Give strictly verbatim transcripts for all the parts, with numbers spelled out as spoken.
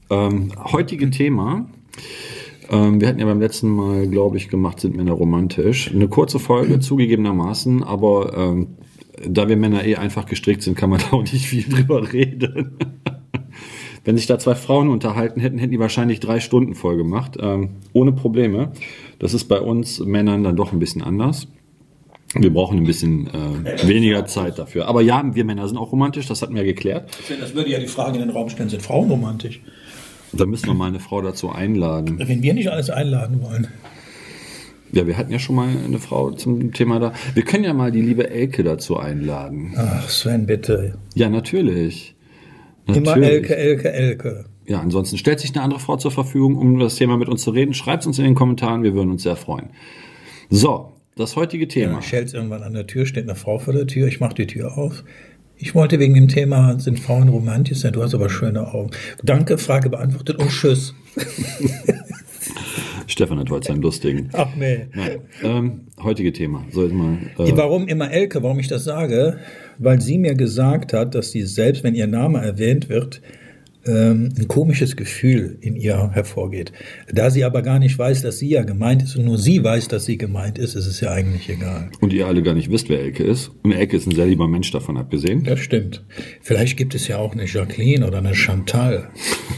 Ähm, heutige Thema. Ähm, wir hatten ja beim letzten Mal, glaube ich, gemacht, sind Männer romantisch. Eine kurze Folge, zugegebenermaßen, aber ähm, da wir Männer eh einfach gestrickt sind, kann man da auch nicht viel drüber reden. Wenn sich da zwei Frauen unterhalten hätten, hätten die wahrscheinlich drei Stunden voll gemacht, ähm, ohne Probleme. Das ist bei uns Männern dann doch ein bisschen anders. Wir brauchen ein bisschen äh, weniger Zeit dafür. Aber ja, wir Männer sind auch romantisch, das hatten wir geklärt. Ich finde, das würde ja die Frage in den Raum stellen, sind Frauen romantisch? Da müssen wir mal eine Frau dazu einladen. Wenn wir nicht alles einladen wollen. Ja, wir hatten ja schon mal eine Frau zum Thema da. Wir können ja mal die liebe Elke dazu einladen. Ach, Sven, bitte. Ja, natürlich. natürlich. Immer Elke, Elke, Elke. Ja, ansonsten stellt sich eine andere Frau zur Verfügung, um das Thema mit uns zu reden. Schreibt es uns in den Kommentaren, wir würden uns sehr freuen. So, das heutige Thema. Ja, schellt irgendwann an der Tür, steht eine Frau vor der Tür, ich mache die Tür auf. Ich wollte wegen dem Thema, sind Frauen romantisch? Ja, du hast aber schöne Augen. Danke, Frage beantwortet und tschüss. Stefan hat heute seinen lustigen. Ach nee. Nein. Ähm, heutige Thema. So, jetzt mal, äh, warum immer Elke, warum ich das sage? Weil sie mir gesagt hat, dass sie selbst, wenn ihr Name erwähnt wird, ähm, ein komisches Gefühl in ihr hervorgeht. Da sie aber gar nicht weiß, dass sie ja gemeint ist und nur sie weiß, dass sie gemeint ist, ist es ja eigentlich egal. Und ihr alle gar nicht wisst, wer Elke ist. Und Elke ist ein sehr lieber Mensch, davon abgesehen. Das stimmt. Vielleicht gibt es ja auch eine Jacqueline oder eine Chantal.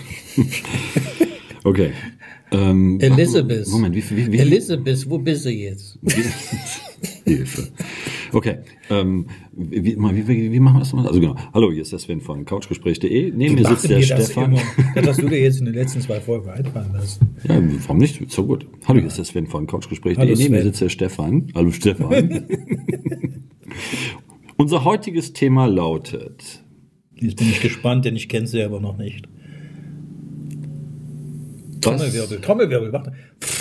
Okay. Ähm, Elisabeth. Ach, Moment, wie, wie, wie, Elisabeth, wo bist du jetzt? Hilfe. Okay. Ähm, wie, wie, wie, wie machen wir das nochmal? Also genau. Hallo, hier ist der Sven von couchgespräch punkt de. Neben mir sitzt der Stefan. Das, das hast du dir jetzt in den letzten zwei Folgen einfallen lassen. Ja, warum nicht? So gut. Hallo, hier ist der Sven von couchgespräch punkt de. Neben mir sitzt der Stefan. Hallo Stefan. Unser heutiges Thema lautet. Jetzt bin ich gespannt, denn ich kenne sie aber noch nicht. Trommelwirbel, Trommelwirbel, warte.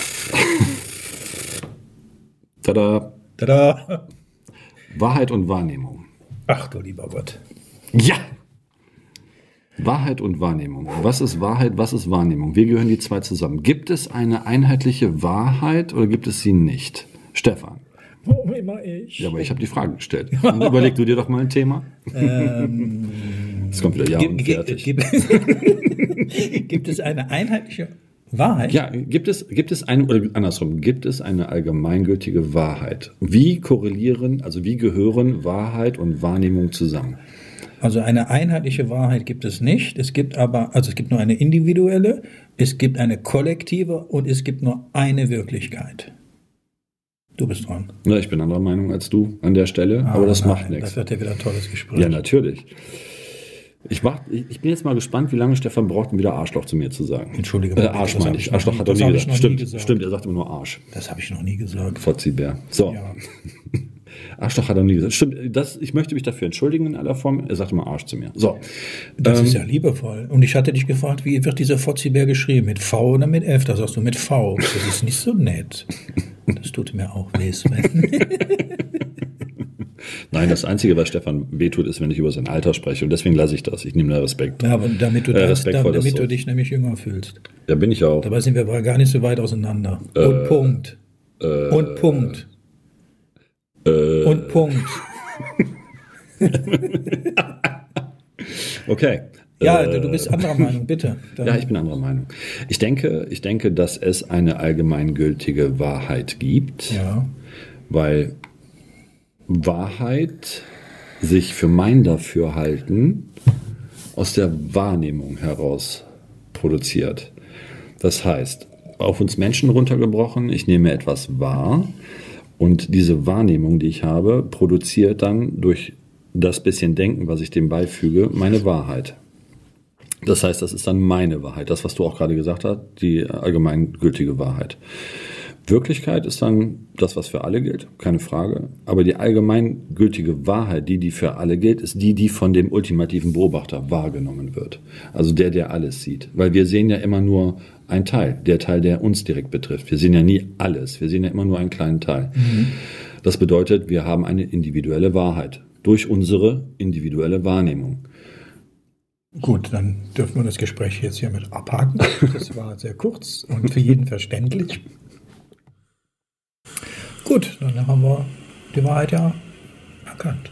Tada. Tada. Wahrheit und Wahrnehmung. Ach du lieber Gott. Ja. Wahrheit und Wahrnehmung. Was ist Wahrheit, was ist Wahrnehmung? Wie gehören die zwei zusammen? Gibt es eine einheitliche Wahrheit oder gibt es sie nicht? Stefan. Warum immer ich? Ja, aber ich habe die Frage gestellt. Und überleg du dir doch mal ein Thema. Ähm, es kommt wieder ja und fertig. Gibt, gibt es eine einheitliche Wahrheit? Ja, gibt es, gibt es eine, oder andersrum, gibt es eine allgemeingültige Wahrheit? Wie korrelieren, also wie gehören Wahrheit und Wahrnehmung zusammen? Also eine einheitliche Wahrheit gibt es nicht. Es gibt aber, also es gibt nur eine individuelle, es gibt eine kollektive und es gibt nur eine Wirklichkeit. Du bist dran. Ja, ich bin anderer Meinung als du an der Stelle, ah, aber das nein, macht nichts. Das wird ja wieder ein tolles Gespräch. Ja, natürlich. Ich, mach, ich bin jetzt mal gespannt, wie lange Stefan braucht, um wieder Arschloch zu mir zu sagen. Entschuldige. Äh, Arsch meine ich. Arschloch hat er nie gesagt. Stimmt, gesagt. Stimmt, er sagt immer nur Arsch. Das habe ich noch nie gesagt. Fotzibär. So. Ja. Arschloch hat er nie gesagt. Stimmt, das, ich möchte mich dafür entschuldigen in aller Form. Er sagt immer Arsch zu mir. So. Das ähm, ist ja liebevoll. Und ich hatte dich gefragt, wie wird dieser Fotzibär geschrieben? Mit V oder mit F? Da sagst du mit V. Das ist nicht so nett. Das tut mir auch weh, Sven. Nein, das Einzige, was Stefan wehtut, ist, wenn ich über sein Alter spreche. Und deswegen lasse ich das. Ich nehme da Respekt. Ja, aber damit du, äh, das, damit, damit du dich nämlich jünger fühlst. Ja, bin ich auch. Dabei sind wir aber gar nicht so weit auseinander. Äh, Und Punkt. Äh, Und Punkt. Äh, Und Punkt. Okay. Ja, äh, du bist anderer Meinung, bitte. Dann. Ja, ich bin anderer Meinung. Ich denke, ich denke, dass es eine allgemeingültige Wahrheit gibt. Ja. Weil Wahrheit sich für mein Dafürhalten aus der Wahrnehmung heraus produziert. Das heißt, auf uns Menschen runtergebrochen, ich nehme etwas wahr und diese Wahrnehmung, die ich habe, produziert dann durch das bisschen Denken, was ich dem beifüge, meine Wahrheit. Das heißt, das ist dann meine Wahrheit, das, was du auch gerade gesagt hast, die allgemeingültige Wahrheit. Wirklichkeit ist dann das, was für alle gilt, keine Frage. Aber die allgemeingültige Wahrheit, die, die für alle gilt, ist die, die von dem ultimativen Beobachter wahrgenommen wird. Also der, der alles sieht. Weil wir sehen ja immer nur einen Teil, der Teil, der uns direkt betrifft. Wir sehen ja nie alles, wir sehen ja immer nur einen kleinen Teil. Mhm. Das bedeutet, wir haben eine individuelle Wahrheit durch unsere individuelle Wahrnehmung. Gut, dann dürfen wir das Gespräch jetzt hiermit abhaken. Das war sehr kurz und für jeden verständlich. Gut, dann haben wir die Wahrheit ja erkannt.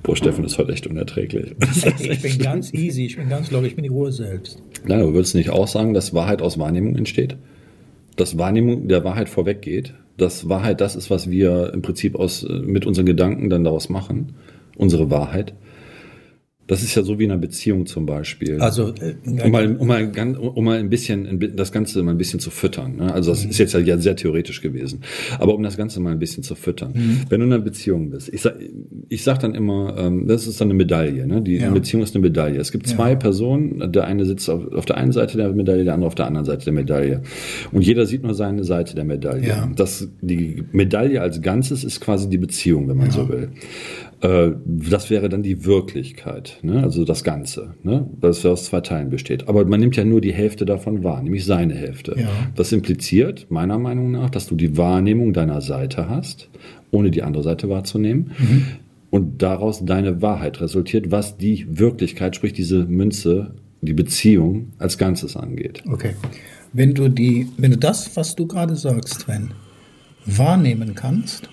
Boah, Steffen ist heute echt unerträglich. Ich bin ganz easy, ich bin ganz locker, ich bin die Ruhe selbst. Nein, aber würdest du nicht auch sagen, dass Wahrheit aus Wahrnehmung entsteht? Dass Wahrnehmung der Wahrheit vorweggeht? Dass Wahrheit das ist, was wir im Prinzip aus, mit unseren Gedanken dann daraus machen? Unsere Wahrheit? Das ist ja so wie in einer Beziehung zum Beispiel. Also, äh, um, mal, um, mal, ganz- um mal ein bisschen, das Ganze mal ein bisschen zu füttern. Ne? Also das ist jetzt ja sehr theoretisch gewesen. Aber um das Ganze mal ein bisschen zu füttern. Mhm. Wenn du in einer Beziehung bist, ich sag, ich sag dann immer, ähm, das ist dann eine Medaille. Ne? Die Ja. eine Beziehung ist eine Medaille. Es gibt zwei Ja. Personen, der eine sitzt auf, auf der einen Seite der Medaille, der andere auf der anderen Seite der Medaille. Und jeder sieht nur seine Seite der Medaille. Ja. Das, die Medaille als Ganzes ist quasi die Beziehung, wenn man Ja. so will. Das wäre dann die Wirklichkeit, ne? Also das Ganze, ne? Das aus zwei Teilen besteht. Aber man nimmt ja nur die Hälfte davon wahr, nämlich seine Hälfte. Ja. Das impliziert, meiner Meinung nach, dass du die Wahrnehmung deiner Seite hast, ohne die andere Seite wahrzunehmen. Mhm. Und daraus deine Wahrheit resultiert, was die Wirklichkeit, sprich diese Münze, die Beziehung als Ganzes angeht. Okay. Wenn du die, wenn du das, was du gerade sagst, Sven, wahrnehmen kannst,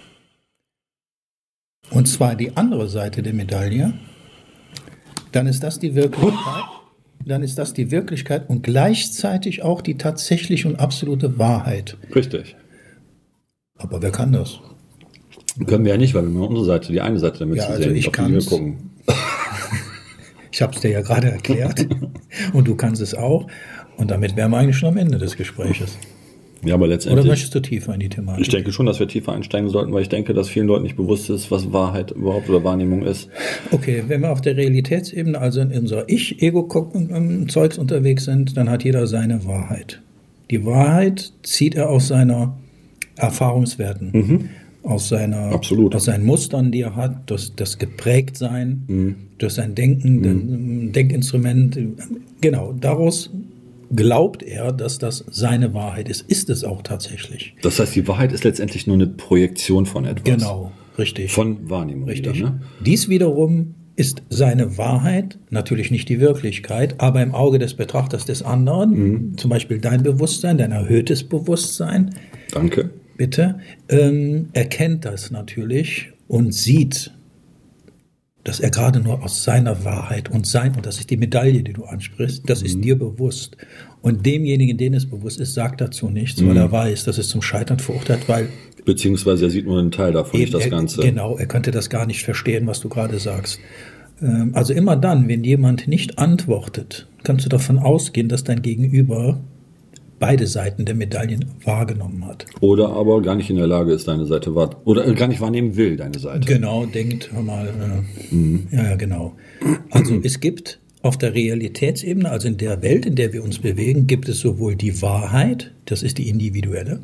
und zwar die andere Seite der Medaille, dann ist das die Wirklichkeit, dann ist das die Wirklichkeit und gleichzeitig auch die tatsächliche und absolute Wahrheit. Richtig. Aber wer kann das? Können wir ja nicht, weil wir nur unsere Seite, die eine Seite damit Ja, zu also sehen, ich auf die wir kann's. gucken. Ich habe es dir ja gerade erklärt und du kannst es auch. Und damit wären wir eigentlich schon am Ende des Gespräches. Ja, aber Oder letztendlich. möchtest du tiefer in die Thematik? Ich denke schon, dass wir tiefer einsteigen sollten, weil ich denke, dass vielen Leuten nicht bewusst ist, was Wahrheit überhaupt oder Wahrnehmung ist. Okay, wenn wir auf der Realitätsebene, also in unserer Ich-Ego-Zeugs unterwegs sind, dann hat jeder seine Wahrheit. Die Wahrheit zieht er aus seiner Erfahrungswerten, mhm. aus, seiner, Absolut. aus seinen Mustern, die er hat, durch das Geprägtsein, mhm. durch sein Denken, mhm. Denkinstrument. Genau, daraus glaubt er, dass das seine Wahrheit ist. Ist es auch tatsächlich. Das heißt, die Wahrheit ist letztendlich nur eine Projektion von etwas. Genau, richtig. Von Wahrnehmung. Richtig. Wieder, ne? Dies wiederum ist seine Wahrheit, natürlich nicht die Wirklichkeit, aber im Auge des Betrachters des anderen, mhm. zum Beispiel dein Bewusstsein, dein erhöhtes Bewusstsein, Danke. bitte, ähm, erkennt das natürlich und sieht, dass er gerade nur aus seiner Wahrheit und sein, und das ist die Medaille, die du ansprichst, das mhm. ist dir bewusst. Und demjenigen, den es bewusst ist, sagt dazu nichts, mhm. weil er weiß, dass es zum Scheitern verurteilt, weil beziehungsweise er sieht nur einen Teil davon, nicht das er, Ganze. Genau, er könnte das gar nicht verstehen, was du gerade sagst. Ähm, also immer dann, wenn jemand nicht antwortet, kannst du davon ausgehen, dass dein Gegenüber beide Seiten der Medaillen wahrgenommen hat. Oder aber gar nicht in der Lage ist, deine Seite wahr oder äh, gar nicht wahrnehmen will, deine Seite. Genau, denkt, hör mal, äh, mhm. ja, ja, genau. Also es gibt auf der Realitätsebene, also in der Welt, in der wir uns bewegen, gibt es sowohl die Wahrheit, das ist die individuelle,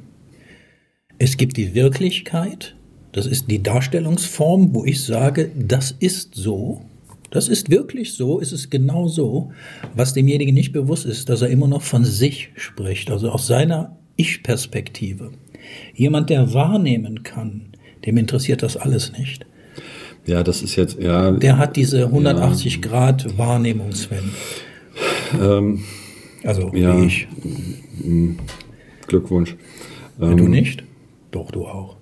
es gibt die Wirklichkeit, das ist die Darstellungsform, wo ich sage, das ist so. Das ist wirklich so, ist es genau so, was demjenigen nicht bewusst ist, dass er immer noch von sich spricht, also aus seiner Ich-Perspektive. Jemand, der wahrnehmen kann, dem interessiert das alles nicht. Ja, das ist jetzt, ja. Der hat diese hundertachtzig ja. Grad Wahrnehmung, Sven. Ähm, also, ja. wie ich. Glückwunsch. Ja, ähm, du nicht? Doch, du auch.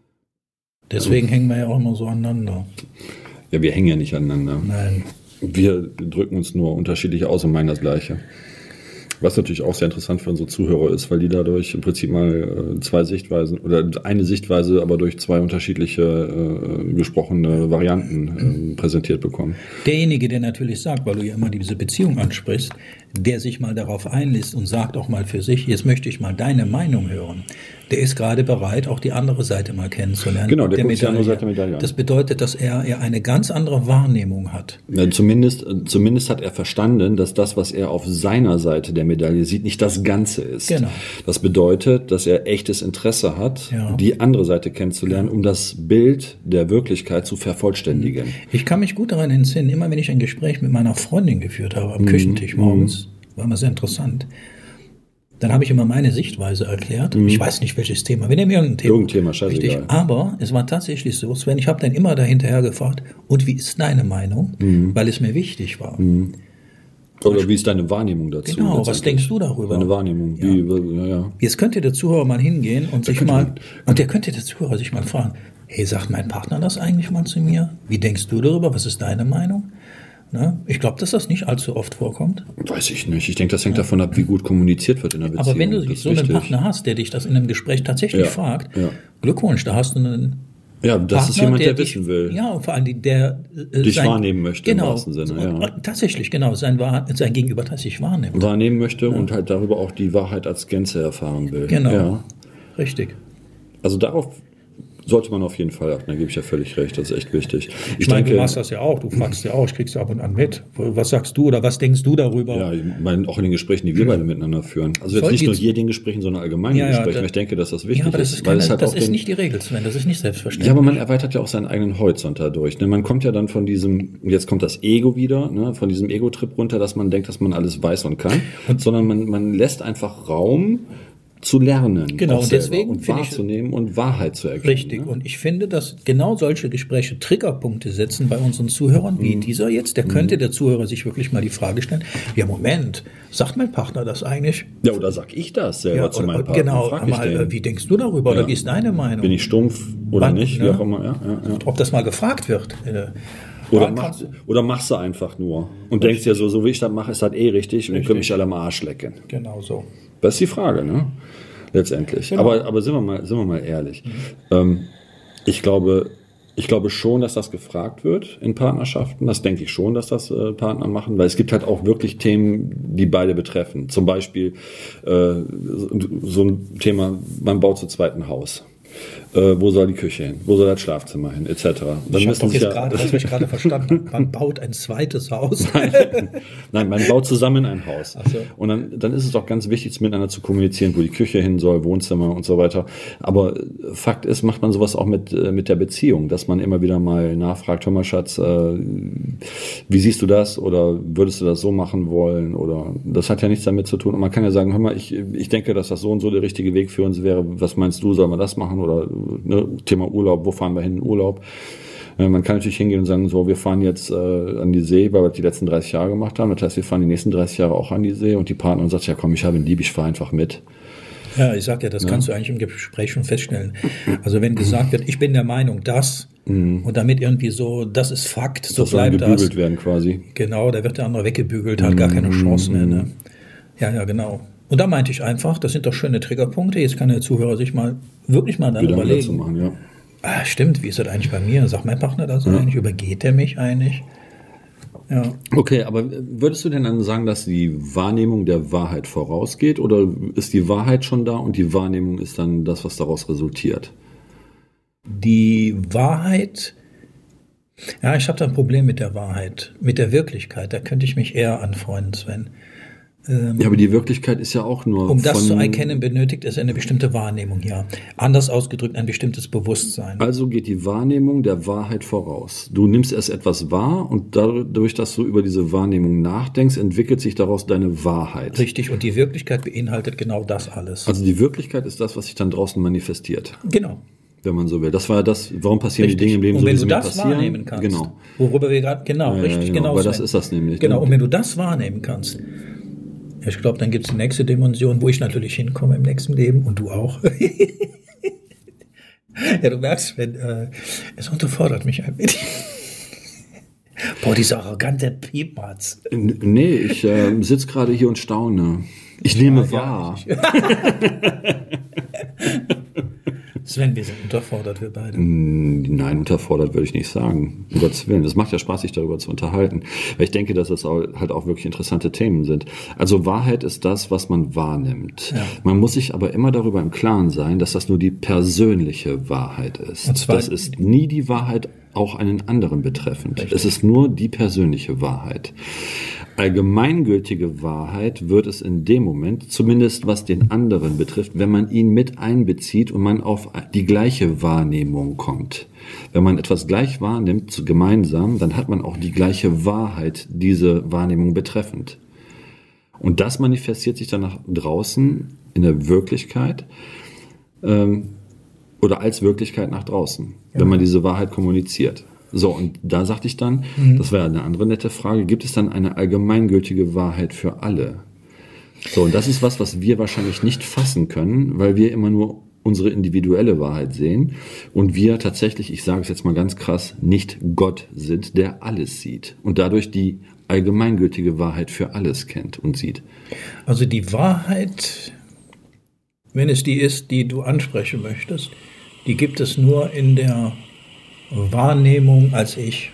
Deswegen ähm, hängen wir ja auch immer so aneinander. Ja, wir hängen ja nicht aneinander. Nein. Wir drücken uns nur unterschiedlich aus und meinen das Gleiche. Was natürlich auch sehr interessant für unsere Zuhörer ist, weil die dadurch im Prinzip mal zwei Sichtweisen oder eine Sichtweise, aber durch zwei unterschiedliche äh, gesprochene Varianten äh, präsentiert bekommen. Derjenige, der natürlich sagt, weil du ja immer diese Beziehung ansprichst, der sich mal darauf einlässt und sagt auch mal für sich, jetzt möchte ich mal deine Meinung hören, der ist gerade bereit, auch die andere Seite mal kennenzulernen. Genau, der, der guckt die andere Medaille. Seite der Medaille an. Das bedeutet, dass er, er eine ganz andere Wahrnehmung hat. Ja, zumindest, zumindest hat er verstanden, dass das, was er auf seiner Seite der Medaille sieht, nicht das Ganze ist. Genau. Das bedeutet, dass er echtes Interesse hat, ja. die andere Seite kennenzulernen, ja. um das Bild der Wirklichkeit zu vervollständigen. Ich kann mich gut daran entsinnen, immer wenn ich ein Gespräch mit meiner Freundin geführt habe, am mhm. Küchentisch morgens, war immer sehr interessant. Dann habe ich immer meine Sichtweise erklärt. Mhm. Ich weiß nicht, welches Thema. Wir nehmen irgendein Thema. Irgendein Thema, scheißegal. Richtig. Aber es war tatsächlich so, Sven, ich habe dann immer dahinterher gefragt, und wie ist deine Meinung? Mhm. Weil es mir wichtig war. Mhm. Oder wie ist deine Wahrnehmung dazu? Genau, was denkst du darüber? Deine Wahrnehmung. Ja. Wie, ja, ja. Jetzt könnte der Zuhörer mal hingehen und der sich mal, und der könnte der Zuhörer sich mal fragen, hey, sagt mein Partner das eigentlich mal zu mir? Wie denkst du darüber? Was ist deine Meinung? Ne? Ich glaube, dass das nicht allzu oft vorkommt. Weiß ich nicht. Ich denke, das hängt ja. davon ab, wie gut kommuniziert wird in der Beziehung. Aber wenn du so einen Partner hast, der dich das in einem Gespräch tatsächlich ja. fragt, ja. Glückwunsch, da hast du einen Ja, das Partner, ist jemand, der, der wissen dich, will. Ja, und vor allem der äh, dich sein, wahrnehmen möchte genau, im wahrsten Sinne. Ja. Und, tatsächlich, genau, sein, sein Gegenüber tatsächlich wahrnimmt. Wahrnehmen möchte ja. und halt darüber auch die Wahrheit als Gänze erfahren will. Genau, ja. richtig. Also darauf sollte man auf jeden Fall achten, da gebe ich ja völlig recht, das ist echt wichtig. Ich, ich meine, denke, du machst das ja auch, du fragst ja auch, ich krieg's ja ab und an mit. Was sagst du oder was denkst du darüber? Ja, ich meine, auch in den Gesprächen, die wir beide miteinander führen. Also jetzt Soll nicht nur jetzt, hier den Gesprächen, sondern allgemein ja, Gesprächen, ja, weil ich denke, dass das wichtig ja, aber das ist. ist, keine, weil es halt das auch ist den, nicht die Regel, Sven, das ist nicht selbstverständlich. Ja, aber man erweitert ja auch seinen eigenen Horizont dadurch. Ne? Man kommt ja dann von diesem, jetzt kommt das Ego wieder, ne? von diesem Ego-Trip runter, dass man denkt, dass man alles weiß und kann, und, sondern man, man lässt einfach Raum zu lernen, genau, und deswegen und wahrzunehmen ich, und Wahrheit zu erkennen. Richtig, ne? Und ich finde, dass genau solche Gespräche Triggerpunkte setzen bei unseren Zuhörern, wie mm. dieser jetzt, der könnte mm. der Zuhörer sich wirklich mal die Frage stellen, ja Moment, sagt mein Partner das eigentlich? Ja, oder sag ich das selber ja, zu meinem Partner? Genau, mal, wie denkst du darüber, ja. oder wie ist deine Meinung? Bin ich stumpf oder Wann, nicht, wie ne? auch immer. Ja, ja, ja. Ob das mal gefragt wird. Äh, Oder, mach, oder machst du einfach nur und richtig. denkst ja so, so wie ich das mache, ist das eh richtig und ich könnte mich alle am Arsch lecken. Genau so. Das ist die Frage, ne? Letztendlich. Genau. Aber, aber sind wir mal, sind wir mal ehrlich. Mhm. Ähm, ich glaube, ich glaube schon, dass das gefragt wird in Partnerschaften. Das denke ich schon, dass das äh, Partner machen, weil es gibt halt auch wirklich Themen, die beide betreffen. Zum Beispiel äh, so ein Thema, man baut zu zweit ein Haus. Äh, wo soll die Küche hin? Wo soll das Schlafzimmer hin? Etc. Dann ich habe doch jetzt ja gerade, hast du mich gerade verstanden? Man baut ein zweites Haus. Nein, nein, man baut zusammen ein Haus. Ach so. Und dann, dann ist es doch ganz wichtig, miteinander zu kommunizieren, wo die Küche hin soll, Wohnzimmer und so weiter. Aber Fakt ist, macht man sowas auch mit, mit der Beziehung, dass man immer wieder mal nachfragt, hör mal Schatz, äh, wie siehst du das? Oder würdest du das so machen wollen? Oder das hat ja nichts damit zu tun. Und man kann ja sagen, hör mal, ich, ich denke, dass das so und so der richtige Weg für uns wäre. Was meinst du, sollen wir das machen? Oder ne, Thema Urlaub, wo fahren wir hin in Urlaub? Äh, man kann natürlich hingehen und sagen, so, wir fahren jetzt äh, an die See, weil wir das die letzten dreißig Jahre gemacht haben. Das heißt, wir fahren die nächsten dreißig Jahre auch an die See und die Partnerin sagt, ja komm, ich habe ihn lieb, ich fahre einfach mit. Ja, ich sag ja, das ja. kannst du eigentlich im Gespräch schon feststellen. Also wenn gesagt wird, ich bin der Meinung, das mhm. und damit irgendwie so, das ist Fakt, so das bleibt das. gebügelt werden quasi. Genau, da wird der andere weggebügelt, hat mhm. gar keine Chance mehr. Ne? Ja, ja, genau. Und da meinte ich einfach, das sind doch schöne Triggerpunkte. Jetzt kann der Zuhörer sich mal wirklich mal dann Gedanken überlegen. Dazu machen, ja. Ah, stimmt, wie ist das eigentlich bei mir? Sagt mein Partner das ja. eigentlich? Übergeht der mich eigentlich? Ja. Okay, aber würdest du denn dann sagen, dass die Wahrnehmung der Wahrheit vorausgeht oder ist die Wahrheit schon da und die Wahrnehmung ist dann das, was daraus resultiert? Die Wahrheit, ja, ich habe da ein Problem mit der Wahrheit, mit der Wirklichkeit. Da könnte ich mich eher anfreunden, Sven. Ja, aber die Wirklichkeit ist ja auch nur Um das von, zu erkennen, benötigt es eine bestimmte Wahrnehmung, ja. Anders ausgedrückt, ein bestimmtes Bewusstsein. Also geht die Wahrnehmung der Wahrheit voraus. Du nimmst erst etwas wahr und dadurch, dass du über diese Wahrnehmung nachdenkst, entwickelt sich daraus deine Wahrheit. Richtig, und die Wirklichkeit beinhaltet genau das alles. Also die Wirklichkeit ist das, was sich dann draußen manifestiert. Genau. Wenn man so will. Das war ja das, warum passieren richtig. die Dinge im Leben und so, wenn wie sie du das passieren. Wahrnehmen kannst, genau. worüber wir gerade, genau, ja, richtig, genau. genau. Weil das ist das nämlich. Genau, und wenn du das wahrnehmen kannst, ich glaube, dann gibt es die nächste Dimension, wo ich natürlich hinkomme im nächsten Leben und du auch. Ja, du merkst, wenn, äh, es unterfordert mich ein wenig. Boah, dieser arrogante Piepmatz. Nee, ich äh, sitze gerade hier und staune. Ich ja, nehme wahr. Ja, Sven, wir sind unterfordert, wir beide. Nein, unterfordert würde ich nicht sagen. Um Gottes Willen. Das macht ja Spaß, sich darüber zu unterhalten. Weil ich denke, dass das halt auch wirklich interessante Themen sind. Also Wahrheit ist das, was man wahrnimmt. Ja. Man muss sich aber immer darüber im Klaren sein, dass das nur die persönliche Wahrheit ist. Und zwar das ist nie die Wahrheit auch einen anderen betreffend. Richtig. Es ist nur die persönliche Wahrheit. Allgemeingültige Wahrheit wird es in dem Moment, zumindest was den anderen betrifft, wenn man ihn mit einbezieht und man auf die gleiche Wahrnehmung kommt. Wenn man etwas gleich wahrnimmt, gemeinsam, dann hat man auch die gleiche Wahrheit, diese Wahrnehmung betreffend. Und das manifestiert sich dann nach draußen in der Wirklichkeit ähm, oder als Wirklichkeit nach draußen, ja. wenn man diese Wahrheit kommuniziert. So, und da sagte ich dann, mhm. das wäre eine andere nette Frage, gibt es dann eine allgemeingültige Wahrheit für alle? So, und das ist was, was wir wahrscheinlich nicht fassen können, weil wir immer nur unsere individuelle Wahrheit sehen und wir tatsächlich, ich sage es jetzt mal ganz krass, nicht Gott sind, der alles sieht und dadurch die allgemeingültige Wahrheit für alles kennt und sieht. Also die Wahrheit, wenn es die ist, die du ansprechen möchtest, die gibt es nur in der Wahrnehmung als Ich.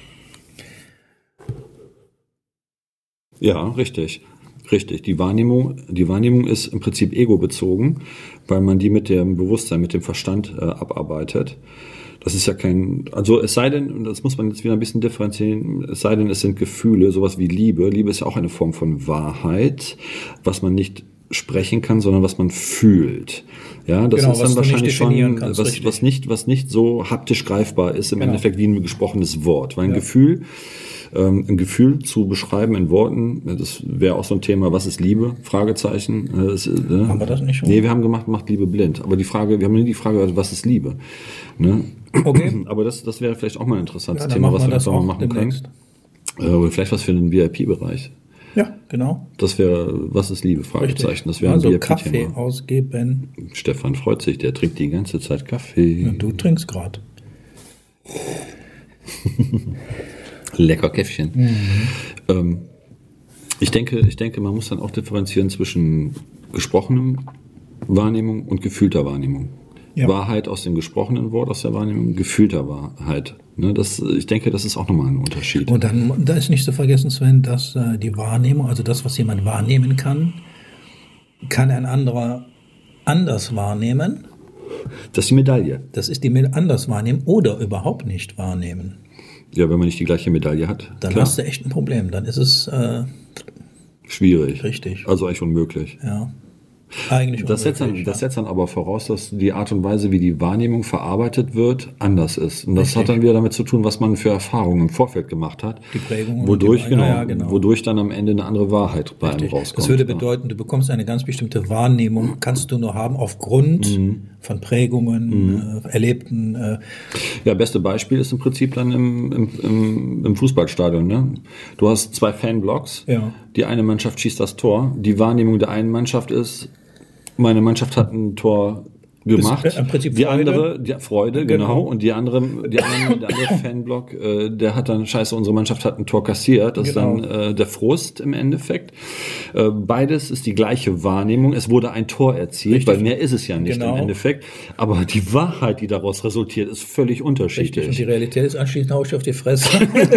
Ja, richtig. Richtig. Die Wahrnehmung, die Wahrnehmung ist im Prinzip ego-bezogen, weil man die mit dem Bewusstsein, mit dem Verstand äh, abarbeitet. Das ist ja kein, also es sei denn, und das muss man jetzt wieder ein bisschen differenzieren, es sei denn, es sind Gefühle, sowas wie Liebe. Liebe ist ja auch eine Form von Wahrheit, was man nicht sprechen kann, sondern was man fühlt. Ja, das genau, ist dann wahrscheinlich schon kannst, was, was nicht, was nicht so haptisch greifbar ist im genau. Endeffekt wie ein gesprochenes Wort, weil ein ja. Gefühl, ähm, ein Gefühl zu beschreiben in Worten, das wäre auch so ein Thema, was ist Liebe? Fragezeichen. Das, äh, haben wir das nicht schon? Nee, wir haben gemacht, macht Liebe blind. Aber die Frage, wir haben nie die Frage, was ist Liebe? Ne? Okay. Aber das, das wäre vielleicht auch mal ein interessantes ja, Thema, was wir das einfach mal machen demnächst. können. Äh, oder vielleicht was für einen V I P-Bereich. Ja, genau. Das wäre, was ist Liebe? Fragezeichen. Das wäre also ein V I P-Thema. Kaffee ausgeben. Stefan freut sich, der trinkt die ganze Zeit Kaffee. Ja, du trinkst gerade. Lecker Käffchen. Mhm. Ähm, ich denke, ich denke, man muss dann auch differenzieren zwischen gesprochenem Wahrnehmung und gefühlter Wahrnehmung. Ja. Wahrheit aus dem gesprochenen Wort, aus der Wahrnehmung, gefühlter Wahrheit. Ne, das, ich denke, das ist auch nochmal ein Unterschied. Und dann, da ist nicht zu vergessen, Sven, dass äh, die Wahrnehmung, also das, was jemand wahrnehmen kann, kann ein anderer anders wahrnehmen. Das ist die Medaille. Das ist die Medaille, anders wahrnehmen oder überhaupt nicht wahrnehmen. Ja, wenn man nicht die gleiche Medaille hat. Dann klar. hast du echt ein Problem. Dann ist es äh, schwierig. Richtig. Also eigentlich unmöglich. Ja. Eigentlich das setzt, dann, ja. das setzt dann aber voraus, dass die Art und Weise, wie die Wahrnehmung verarbeitet wird, anders ist. Und das Richtig. hat dann wieder damit zu tun, was man für Erfahrungen im Vorfeld gemacht hat. Die Prägung. Wodurch, die, genau, ja, ja, genau. wodurch dann am Ende eine andere Wahrheit bei Richtig. einem rauskommt. Das würde bedeuten, du bekommst eine ganz bestimmte Wahrnehmung, kannst du nur haben aufgrund mhm. von Prägungen, mhm. äh, erlebten. Äh ja, beste Beispiel ist im Prinzip dann im, im, im, im Fußballstadion. Ne? Du hast zwei Fanblocks. Ja. Die eine Mannschaft schießt das Tor. Die Wahrnehmung der einen Mannschaft ist, meine Mannschaft hat ein Tor gemacht. Ist, äh, im Prinzip die Freude. andere, die Freude, genau. genau. Und die andere, die andere, der andere Fanblock, äh, der hat dann, scheiße, unsere Mannschaft hat ein Tor kassiert. Das genau. ist dann äh, der Frust im Endeffekt. Äh, beides ist die gleiche Wahrnehmung. Es wurde ein Tor erzielt, Richtig. Weil mehr ist es ja nicht genau. im Endeffekt. Aber die Wahrheit, die daraus resultiert, ist völlig unterschiedlich. Richtig. Und die Realität ist anschließend hau ich auf die Fresse.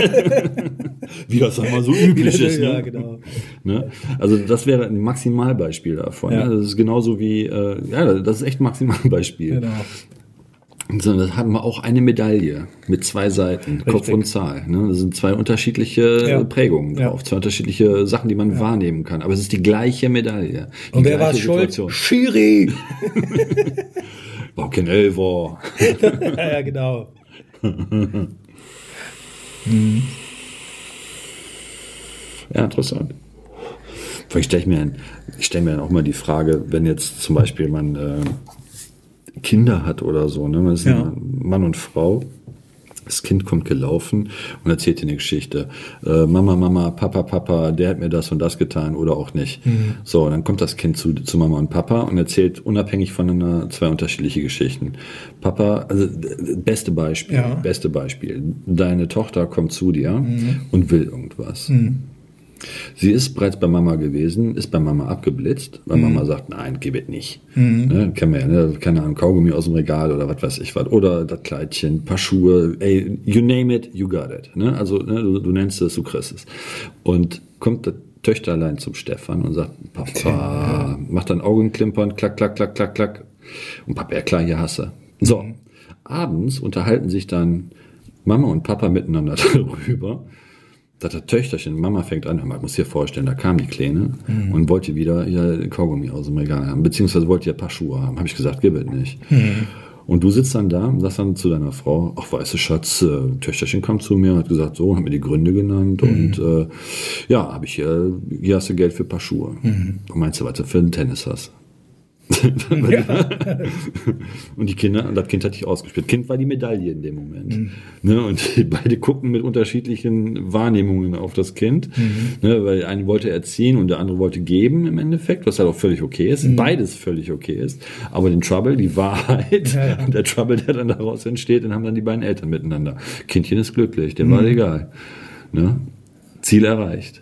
Wie das einmal so üblich ist. Ja, ne? genau. Ne? Also das wäre ein Maximalbeispiel davon. Ja. Ne? Das ist genauso wie, äh, ja, das ist echt ein Maximalbeispiel. Genau. So, das haben wir auch eine Medaille mit zwei Seiten, Richtig. Kopf und Zahl. Ne? Das sind zwei unterschiedliche ja. Prägungen drauf, ja. zwei unterschiedliche Sachen, die man ja. wahrnehmen kann. Aber es ist die gleiche Medaille. Und wer war schuld? Schiri! War kein Elfer. Ja, ja, genau. hm. Ja, interessant. Ich stelle mir, ich stell mir dann auch mal die Frage, wenn jetzt zum Beispiel man äh, Kinder hat oder so, ne? Man ist ja. Mann und Frau, das Kind kommt gelaufen und erzählt dir eine Geschichte. Äh, Mama, Mama, Papa, Papa, der hat mir das und das getan oder auch nicht. Mhm. So, und dann kommt das Kind zu, zu Mama und Papa und erzählt unabhängig voneinander zwei unterschiedliche Geschichten. Papa, also beste Beispiel, ja. beste Beispiel. Deine Tochter kommt zu dir mhm. und will irgendwas. Mhm. Sie ist bereits bei Mama gewesen, ist bei Mama abgeblitzt, weil mhm. Mama sagt, nein, gib es nicht. Mhm. Ne, kennen wir ja, ne? Keine Ahnung, Kaugummi aus dem Regal oder was weiß ich was. Oder das Kleidchen, paar Schuhe, ey, you name it, you got it. Ne? Also ne, du, du nennst es, du kriegst es. Und kommt das Töchterlein zum Stefan und sagt, Papa, macht dann Augenklimpern, klack, klack, klack, klack, klack. Und Papa, ja klar, hier hasse. So, mhm. abends unterhalten sich dann Mama und Papa miteinander darüber, dass das Töchterchen, Mama fängt an, man muss sich vorstellen, da kam die Kleine mhm. und wollte wieder ihr Kaugummi aus dem Regal haben, beziehungsweise wollte ihr ein paar Schuhe haben. Habe ich gesagt, gib es nicht. Mhm. Und du sitzt dann da und sagst dann zu deiner Frau, ach, weißt du, Schatz, äh, Töchterchen kam zu mir und hat gesagt, so, hat mir die Gründe genannt mhm. und äh, ja, habe ich hier, hier hast du Geld für ein paar Schuhe. Mhm. Und meinst du, was du für einen Tennis hast? Ja. Und die Kinder, und das Kind hat dich ausgespielt. Kind war die Medaille in dem Moment. Mhm. Ne, und beide gucken mit unterschiedlichen Wahrnehmungen auf das Kind. Mhm. Ne, weil der eine wollte erziehen und der andere wollte geben im Endeffekt, was halt auch völlig okay ist. Mhm. Beides völlig okay ist. Aber den Trouble, die Wahrheit, ja, ja. der Trouble, der dann daraus entsteht, den haben dann die beiden Eltern miteinander. Kindchen ist glücklich, dem mhm. war egal. Ne? Ziel erreicht.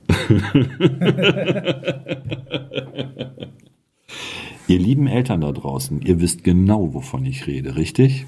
Ihr lieben Eltern da draußen, ihr wisst genau, wovon ich rede, richtig?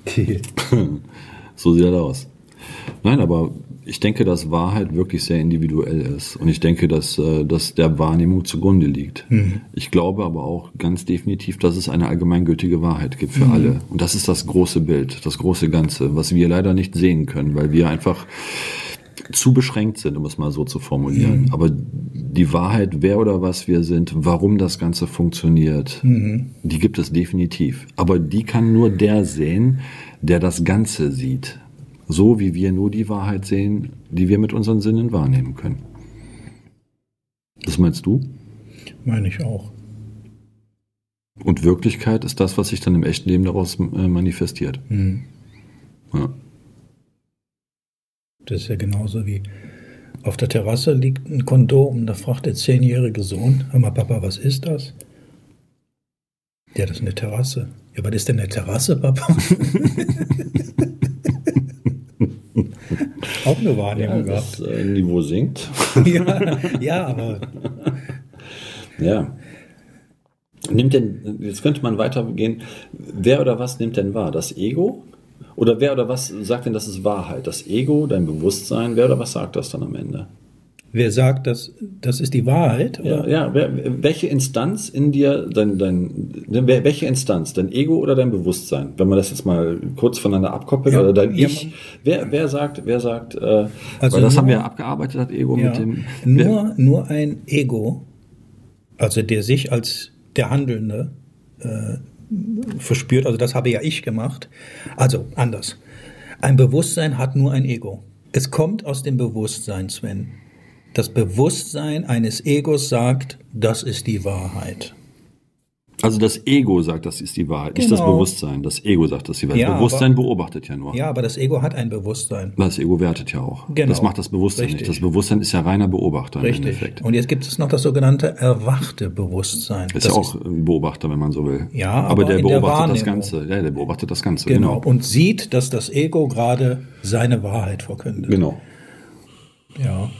So sieht das aus. Nein, aber ich denke, dass Wahrheit wirklich sehr individuell ist. Und ich denke, dass das der Wahrnehmung zugrunde liegt. Mhm. Ich glaube aber auch ganz definitiv, dass es eine allgemeingültige Wahrheit gibt für mhm. alle. Und das ist das große Bild, das große Ganze, was wir leider nicht sehen können, weil wir einfach zu beschränkt sind, um es mal so zu formulieren. Mhm. Aber die Wahrheit, wer oder was wir sind, warum das Ganze funktioniert, mhm. die gibt es definitiv. Aber die kann nur der sehen, der das Ganze sieht. So wie wir nur die Wahrheit sehen, die wir mit unseren Sinnen wahrnehmen können. Das meinst du? Meine ich auch. Und Wirklichkeit ist das, was sich dann im echten Leben daraus äh, manifestiert. Mhm. Ja. Das ist ja genauso wie auf der Terrasse liegt ein Kondom, da fragt der zehnjährige Sohn, hör mal Papa, was ist das? Ja, das ist eine Terrasse. Ja, was ist denn eine Terrasse, Papa? Auch eine Wahrnehmung ja, das gehabt. Das Niveau sinkt. ja, ja, aber... Ja. Nimmt denn, jetzt könnte man weitergehen, wer oder was nimmt denn wahr? Das Ego? Oder wer oder was sagt denn, das ist Wahrheit? Das Ego, dein Bewusstsein, wer oder was sagt das dann am Ende? Wer sagt, das, das ist die Wahrheit? Oder? Ja, ja wer, welche Instanz in dir, dein, dein, welche Instanz, dein Ego oder dein Bewusstsein? Wenn man das jetzt mal kurz voneinander abkoppelt, ja, oder dein ja, Ich, wer, wer sagt, wer sagt, äh, also weil das nur, haben wir ja abgearbeitet, das Ego ja, mit dem... Nur, nur ein Ego, also der sich als der Handelnde äh, verspürt, also das habe ja ich gemacht. Also anders. Ein Bewusstsein hat nur ein Ego. Es kommt aus dem Bewusstsein, Sven. Das Bewusstsein eines Egos sagt, das ist die Wahrheit. Also das Ego sagt, das ist die Wahrheit, genau. Nicht das Bewusstsein. Das Ego sagt, das ist die Wahrheit. Ja, Bewusstsein aber, beobachtet ja nur. Ja, aber das Ego hat ein Bewusstsein. Das Ego wertet ja auch. Genau. Das macht das Bewusstsein Richtig. nicht. Das Bewusstsein ist ja reiner Beobachter Richtig. Im Endeffekt. Und jetzt gibt es noch das sogenannte erwachte Bewusstsein. Ist das ja auch ein Beobachter, wenn man so will. Ja, aber, aber der beobachtet der das Ganze. Ja, der beobachtet das Ganze. Genau. genau. Und sieht, dass das Ego gerade seine Wahrheit verkündet. Genau. Ja.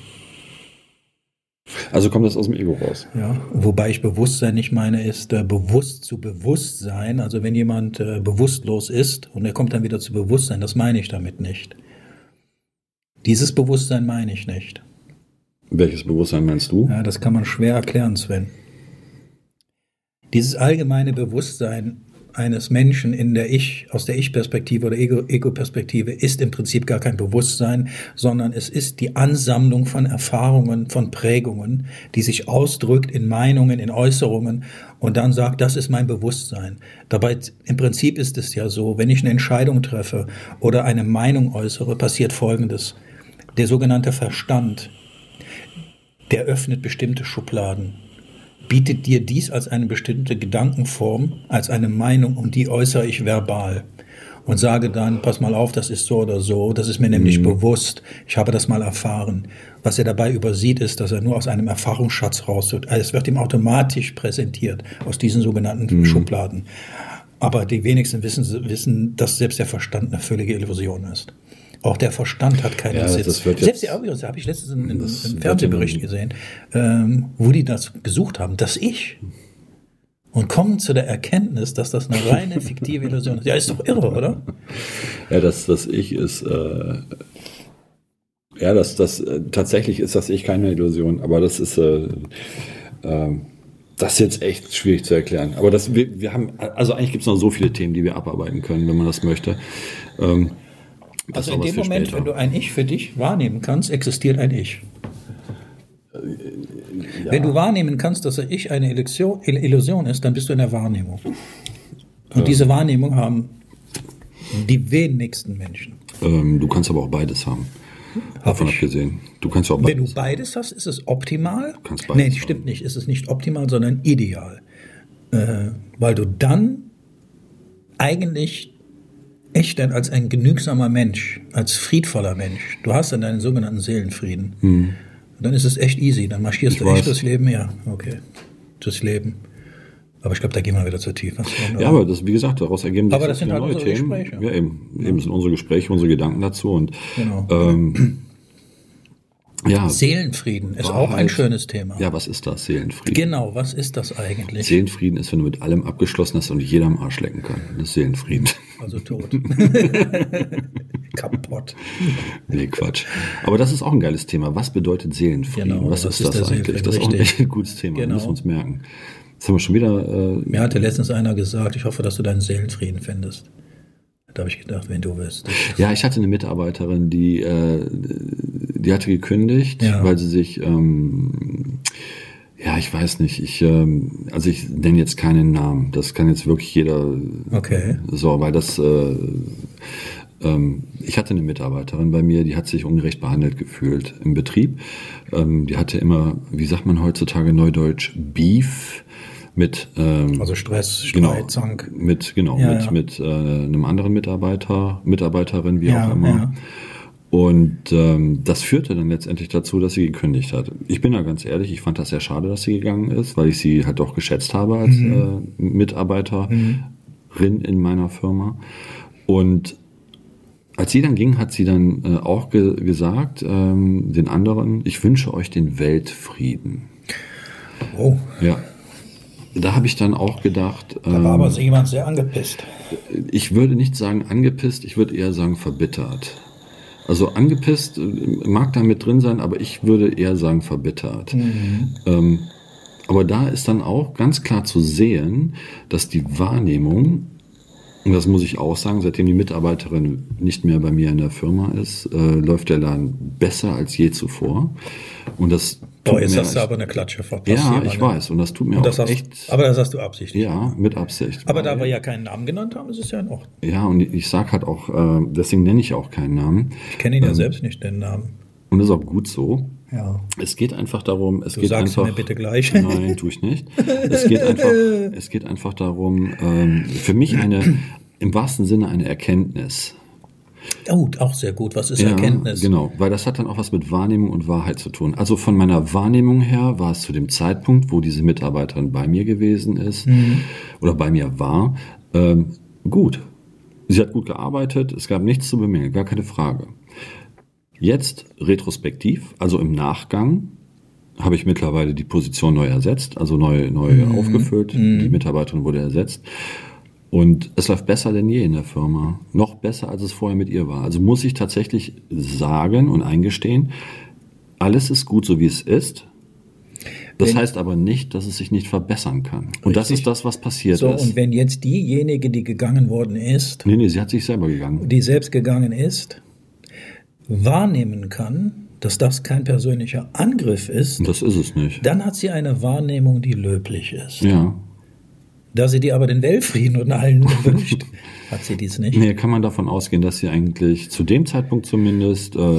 Also kommt das aus dem Ego raus. Ja, wobei ich Bewusstsein nicht meine, ist äh, bewusst zu Bewusstsein. Also wenn jemand äh, bewusstlos ist und er kommt dann wieder zu Bewusstsein, das meine ich damit nicht. Dieses Bewusstsein meine ich nicht. Welches Bewusstsein meinst du? Ja, das kann man schwer erklären, Sven. Dieses allgemeine Bewusstsein eines Menschen in der Ich, aus der Ich-Perspektive oder Ego, Ego-Perspektive ist im Prinzip gar kein Bewusstsein, sondern es ist die Ansammlung von Erfahrungen, von Prägungen, die sich ausdrückt in Meinungen, in Äußerungen und dann sagt, das ist mein Bewusstsein. Dabei, im Prinzip ist es ja so, wenn ich eine Entscheidung treffe oder eine Meinung äußere, passiert Folgendes. Der sogenannte Verstand, der öffnet bestimmte Schubladen, bietet dir dies als eine bestimmte Gedankenform, als eine Meinung und die äußere ich verbal und sage dann, pass mal auf, das ist so oder so, das ist mir nämlich mhm. bewusst, ich habe das mal erfahren. Was er dabei übersieht, ist, dass er nur aus einem Erfahrungsschatz rausholt. Also es wird ihm automatisch präsentiert aus diesen sogenannten mhm. Schubladen. Aber die wenigsten wissen, wissen, dass selbst der Verstand eine völlige Illusion ist. Auch der Verstand hat keinen ja, Sitz. Selbst die Audios, da habe ich letztens einen, einen Fernsehbericht gesehen, ähm, wo die das gesucht haben, das Ich. Und kommen zu der Erkenntnis, dass das eine reine fiktive Illusion ist. Ja, ist doch irre, oder? Ja, das, das Ich ist, äh, ja, das, das, äh, tatsächlich ist das Ich keine Illusion, aber das ist, äh, äh, das ist jetzt echt schwierig zu erklären. Aber das, wir, wir haben, also eigentlich gibt es noch so viele Themen, die wir abarbeiten können, wenn man das möchte. Ähm, Das also in dem Moment, später. Wenn du ein Ich für dich wahrnehmen kannst, existiert ein Ich. Ja. Wenn du wahrnehmen kannst, dass ein Ich eine Illusion, Illusion ist, dann bist du in der Wahrnehmung. Und ja. diese Wahrnehmung haben die wenigsten Menschen. Ähm, du kannst aber auch beides haben. Davon abgesehen. Du kannst auch beides. Wenn du beides hast, ist es optimal. Du kannst beides nee, stimmt haben. nicht. Es ist nicht optimal, sondern ideal. äh, weil du dann eigentlich echt dann als ein genügsamer Mensch, als friedvoller Mensch, du hast dann deinen sogenannten Seelenfrieden. Hm. Dann ist es echt easy, dann marschierst ich du weiß. echt das Leben, ja, okay, das Leben. Aber ich glaube, da gehen wir wieder zu tief. Ja, aber das, wie gesagt, daraus ergeben sich aber das sind halt neue unsere Themen. Gespräche. Ja, eben, eben ja. sind unsere Gespräche, unsere Gedanken dazu. Und, genau. ähm, ja, Seelenfrieden ist auch ein schönes Thema. Ja, was ist das, Seelenfrieden? Genau, was ist das eigentlich? Seelenfrieden ist, wenn du mit allem abgeschlossen hast und jeder am Arsch lecken kann. Das ist Seelenfrieden. Also tot. Kaputt. Nee, Quatsch. Aber das ist auch ein geiles Thema. Was bedeutet Seelenfrieden? Genau, was, was ist das eigentlich? Das ist auch ein echt gutes Thema. Genau. Das müssen wir uns merken. Jetzt haben wir schon wieder... Äh, Mir hatte letztens einer gesagt, ich hoffe, dass du deinen Seelenfrieden findest. Da habe ich gedacht, wenn du willst. Ja, ich hatte eine Mitarbeiterin, die, äh, die hatte gekündigt, ja. weil sie sich, ähm, ja, ich weiß nicht, ich, ähm, also ich nenne jetzt keinen Namen. Das kann jetzt wirklich jeder. Okay. So, weil das, äh, ähm, ich hatte eine Mitarbeiterin bei mir, die hat sich ungerecht behandelt gefühlt im Betrieb. Ähm, die hatte immer, wie sagt man heutzutage neudeutsch, Beef. Mit, ähm, also Stress, Streit, genau, Zank. Mit, genau, ja, mit, ja. mit äh, einem anderen Mitarbeiter, Mitarbeiterin, wie ja, auch immer. Ja. Und ähm, das führte dann letztendlich dazu, dass sie gekündigt hat. Ich bin da ganz ehrlich, ich fand das sehr schade, dass sie gegangen ist, weil ich sie halt auch geschätzt habe als mhm. äh, Mitarbeiterin mhm. in meiner Firma. Und als sie dann ging, hat sie dann äh, auch ge- gesagt, ähm, den anderen, ich wünsche euch den Weltfrieden. Oh. Ja. Da habe ich dann auch gedacht... Da war ähm, aber jemand sehr angepisst. Ich würde nicht sagen angepisst, ich würde eher sagen verbittert. Also angepisst mag da mit drin sein, aber ich würde eher sagen verbittert. Mhm. Ähm, aber da ist dann auch ganz klar zu sehen, dass die Wahrnehmung, und das muss ich auch sagen, seitdem die Mitarbeiterin nicht mehr bei mir in der Firma ist, äh, läuft der Laden besser als je zuvor. Und das Boah, jetzt hast du aber eine Klatsche verpasst. Ja, ich weiß. Und das tut mir und das auch hast, echt... Aber das hast du absichtlich. Ja, mit Absicht. Aber da wir ja keinen Namen genannt haben, ist es ja in Ordnung. Ja, und ich sag halt auch, äh, deswegen nenne ich auch keinen Namen. Ich kenne ihn ja ähm, selbst nicht, den Namen. Und das ist auch gut so. Ja. Es geht einfach darum, es du geht sagst einfach... mir bitte gleich. Nein, tue ich nicht. Es geht einfach, es geht einfach darum, ähm, für mich eine, im wahrsten Sinne eine Erkenntnis. Oh, auch sehr gut. Was ist ja, Erkenntnis? Genau, weil das hat dann auch was mit Wahrnehmung und Wahrheit zu tun. Also von meiner Wahrnehmung her war es zu dem Zeitpunkt, wo diese Mitarbeiterin bei mir gewesen ist mhm. oder bei mir war, ähm, gut. Sie hat gut gearbeitet, es gab nichts zu bemängeln, gar keine Frage. Jetzt retrospektiv, also im Nachgang, habe ich mittlerweile die Position neu ersetzt, also neu, neu mhm. aufgefüllt. Mhm. Die Mitarbeiterin wurde ersetzt. Und es läuft besser denn je in der Firma. Noch besser, als es vorher mit ihr war. Also muss ich tatsächlich sagen und eingestehen, alles ist gut, so wie es ist. Das wenn, heißt aber nicht, dass es sich nicht verbessern kann. Und richtig. Das ist das, was passiert so, ist. Und wenn jetzt diejenige, die gegangen worden ist... Nee, nee, sie hat sich selber gegangen. Die selbst gegangen ist, wahrnehmen kann, dass das kein persönlicher Angriff ist... Das ist es nicht. Dann hat sie eine Wahrnehmung, die löblich ist. Ja. Da sie dir aber den Weltfrieden und allen wünscht, hat sie dies nicht. Nee, kann man davon ausgehen, dass sie eigentlich zu dem Zeitpunkt zumindest äh,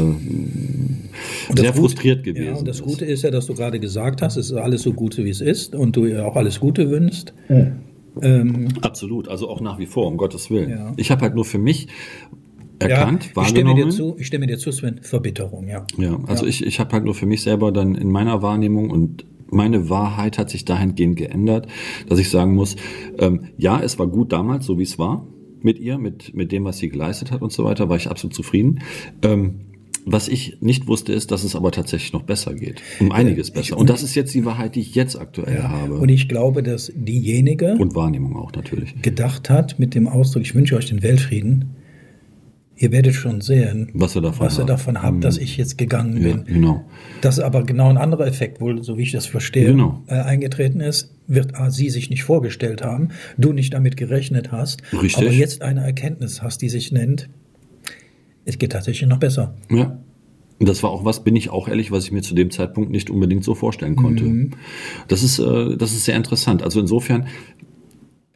sehr frustriert gewesen ist. Ja, und das Gute ist ja, dass du gerade gesagt hast, es ist alles so gut, wie es ist und du ihr auch alles Gute wünschst. Ja. Ähm, Absolut, also auch nach wie vor, um Gottes Willen. Ja. Ich habe halt nur für mich erkannt, ja, wahrgenommen. Ich stimme dir zu, ich stimme dir zu, Sven, Verbitterung, ja. Ja, also ja. ich, ich habe halt nur für mich selber dann in meiner Wahrnehmung und meine Wahrheit hat sich dahingehend geändert, dass ich sagen muss, ähm, ja, es war gut damals, so wie es war, mit ihr, mit, mit dem, was sie geleistet hat und so weiter, war ich absolut zufrieden. Ähm, was ich nicht wusste, ist, dass es aber tatsächlich noch besser geht. Um einiges ja, besser. Und, und das ist jetzt die Wahrheit, die ich jetzt aktuell ja, habe. Und ich glaube, dass diejenige... Und Wahrnehmung auch natürlich. ...gedacht hat mit dem Ausdruck, ich wünsche euch den Weltfrieden. Ihr werdet schon sehen, was ihr davon, was ihr davon habt, dass ich jetzt gegangen bin. Ja, genau. Dass aber genau ein anderer Effekt wohl, so wie ich das verstehe, genau. äh, eingetreten ist, wird A, sie sich nicht vorgestellt haben, du nicht damit gerechnet hast, Richtig. aber jetzt eine Erkenntnis hast, die sich nennt, es geht tatsächlich noch besser. Ja. Und das war auch was, bin ich auch ehrlich, was ich mir zu dem Zeitpunkt nicht unbedingt so vorstellen konnte. Mhm. Das ist, äh, das ist sehr interessant. Also insofern,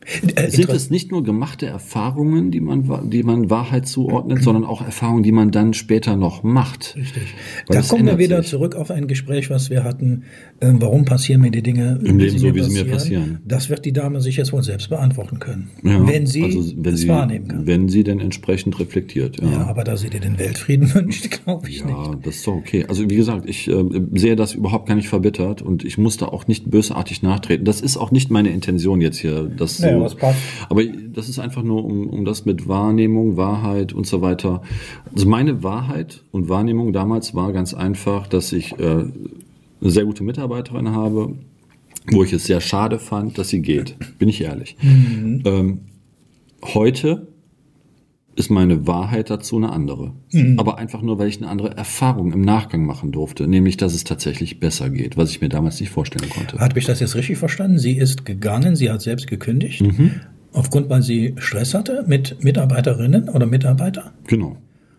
Äh, Sind inter- es nicht nur gemachte Erfahrungen, die man, wa- die man Wahrheit zuordnet, sondern auch Erfahrungen, die man dann später noch macht? Richtig. Weil Da es kommen wir ändert wieder sich. zurück auf ein Gespräch, was wir hatten. Ähm, warum passieren mir die Dinge Im Leben so, wie sie mir passieren? Das wird die Dame sich jetzt wohl selbst beantworten können, Ja, wenn sie also wenn es sie, wahrnehmen kann. wenn sie denn entsprechend reflektiert. Ja, Ja, aber da sie dir den Weltfrieden wünscht, glaube ich nicht. ja, das ist doch okay. Also wie gesagt, ich äh, sehe das überhaupt gar nicht verbittert und ich muss da auch nicht bösartig nachtreten. Das ist auch nicht meine Intention jetzt hier. Das Ja, so, was passt. aber das ist einfach nur um, um das mit Wahrnehmung, Wahrheit und so weiter. Also meine Wahrheit und Wahrnehmung damals war ganz einfach, dass ich äh, eine sehr gute Mitarbeiterin habe, wo ich es sehr schade fand, dass sie geht. Bin ich ehrlich. Mhm. Ähm, heute ist meine Wahrheit dazu eine andere. Mhm. Aber einfach nur, weil ich eine andere Erfahrung im Nachgang machen durfte. Nämlich, dass es tatsächlich besser geht, was ich mir damals nicht vorstellen konnte. Hat mich das jetzt richtig verstanden? Sie ist gegangen, sie hat selbst gekündigt, Mhm. aufgrund, weil sie Stress hatte mit Mitarbeiterinnen oder Mitarbeitern? Genau.